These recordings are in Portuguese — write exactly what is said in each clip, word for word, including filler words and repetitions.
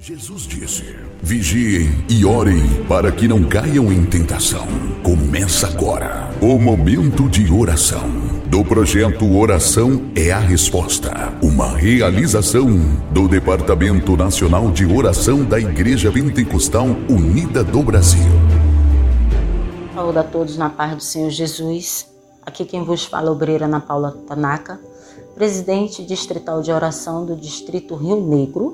Jesus disse: vigiem e orem para que não caiam em tentação. Começa agora o momento de oração do projeto Oração é a Resposta, uma realização do Departamento Nacional de Oração da Igreja Pentecostal Unida do Brasil. Saúde a todos na paz do Senhor Jesus. Aqui quem vos fala é obreira Ana Paula Tanaka, presidente distrital de oração do Distrito Rio Negro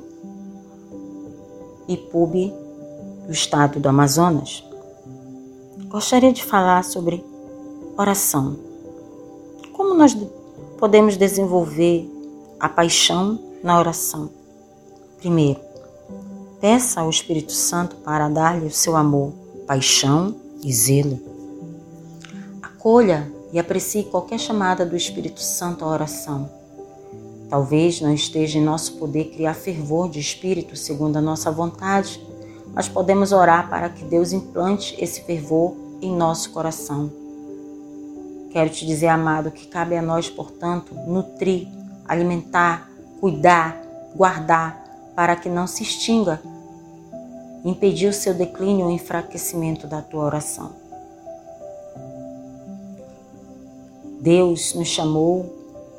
e P U B do estado do Amazonas. Gostaria de falar sobre oração. Como nós podemos desenvolver a paixão na oração? Primeiro, peça ao Espírito Santo para dar-lhe o seu amor, paixão e zelo. Acolha e aprecie qualquer chamada do Espírito Santo à oração. Talvez não esteja em nosso poder criar fervor de espírito segundo a nossa vontade, mas podemos orar para que Deus implante esse fervor em nosso coração. Quero te dizer, amado, que cabe a nós, portanto, nutrir, alimentar, cuidar, guardar, para que não se extinga, impedir o seu declínio ou enfraquecimento da tua oração. Deus nos chamou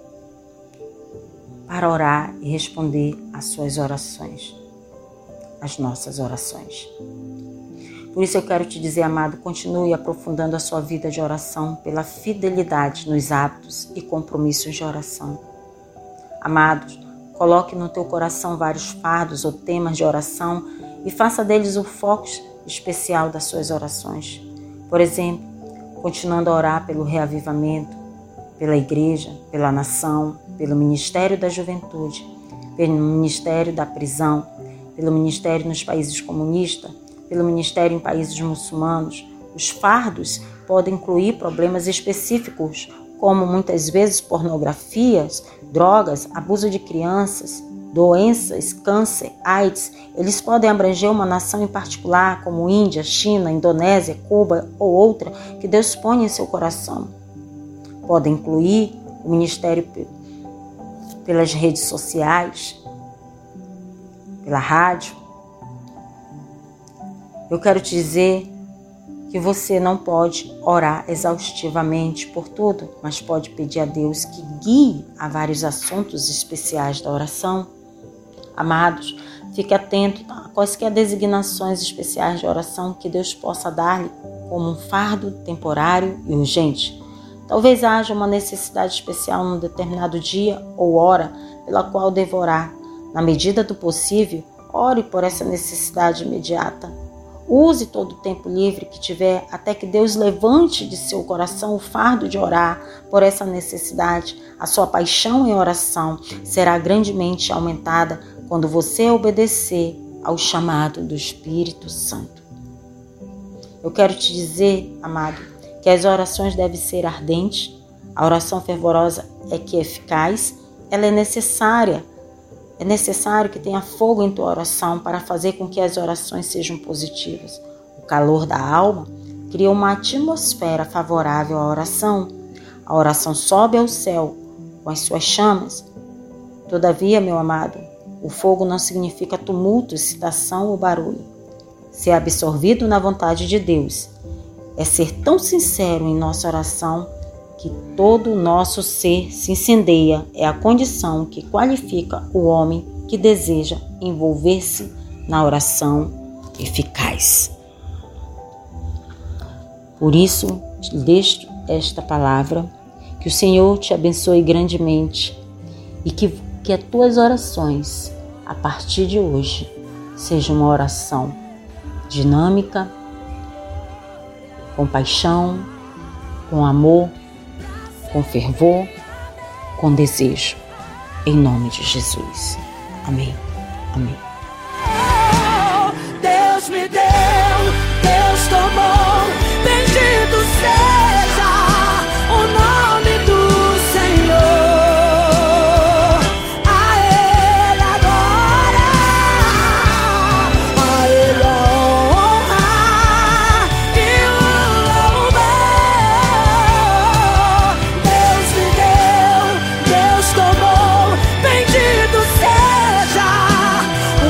para orar e responder às suas orações, às nossas orações. Por isso eu quero te dizer, amado, continue aprofundando a sua vida de oração pela fidelidade nos hábitos e compromissos de oração. Amados, coloque no teu coração vários fardos ou temas de oração e faça deles o foco especial das suas orações. Por exemplo, continuando a orar pelo reavivamento, pela igreja, pela nação, pelo Ministério da Juventude, pelo Ministério da Prisão, pelo Ministério nos países comunistas, pelo Ministério em países muçulmanos. Os fardos podem incluir problemas específicos, como muitas vezes pornografias, drogas, abuso de crianças, doenças, câncer, AIDS. Eles podem abranger uma nação em particular, como Índia, China, Indonésia, Cuba ou outra, que Deus põe em seu coração. Podem incluir o ministério pelas redes sociais, pela rádio. Eu quero te dizer que você não pode orar exaustivamente por tudo, mas pode pedir a Deus que guie a vários assuntos especiais da oração. Amados, fique atento a quaisquer designações especiais de oração que Deus possa dar-lhe como um fardo temporário e urgente. Talvez haja uma necessidade especial num determinado dia ou hora pela qual devorar. Na medida do possível, ore por essa necessidade imediata. Use todo o tempo livre que tiver até que Deus levante de seu coração o fardo de orar por essa necessidade. A sua paixão em oração será grandemente aumentada quando você obedecer ao chamado do Espírito Santo. Eu quero te dizer, amado, que as orações devem ser ardentes. A oração fervorosa é que é eficaz, ela é necessária. É necessário que tenha fogo em tua oração para fazer com que as orações sejam positivas. O calor da alma cria uma atmosfera favorável à oração. A oração sobe ao céu com as suas chamas. Todavia, meu amado, o fogo não significa tumulto, excitação ou barulho. Se é absorvido na vontade de Deus, é ser tão sincero em nossa oração que todo o nosso ser se incendeia. É a condição que qualifica o homem que deseja envolver-se na oração eficaz. Por isso, deixo esta palavra, que o Senhor te abençoe grandemente e que, que as tuas orações, a partir de hoje, sejam uma oração dinâmica, com paixão, com amor, com fervor, com desejo. Em nome de Jesus. Amém. Amém. Deus me deu, Deus tomou, bendito seja o nome do Senhor. A Ele a glória, a Ele a honra e o louvor. Deus me deu, Deus tomou, bendito seja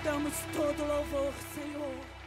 damos todo louvor, Senhor.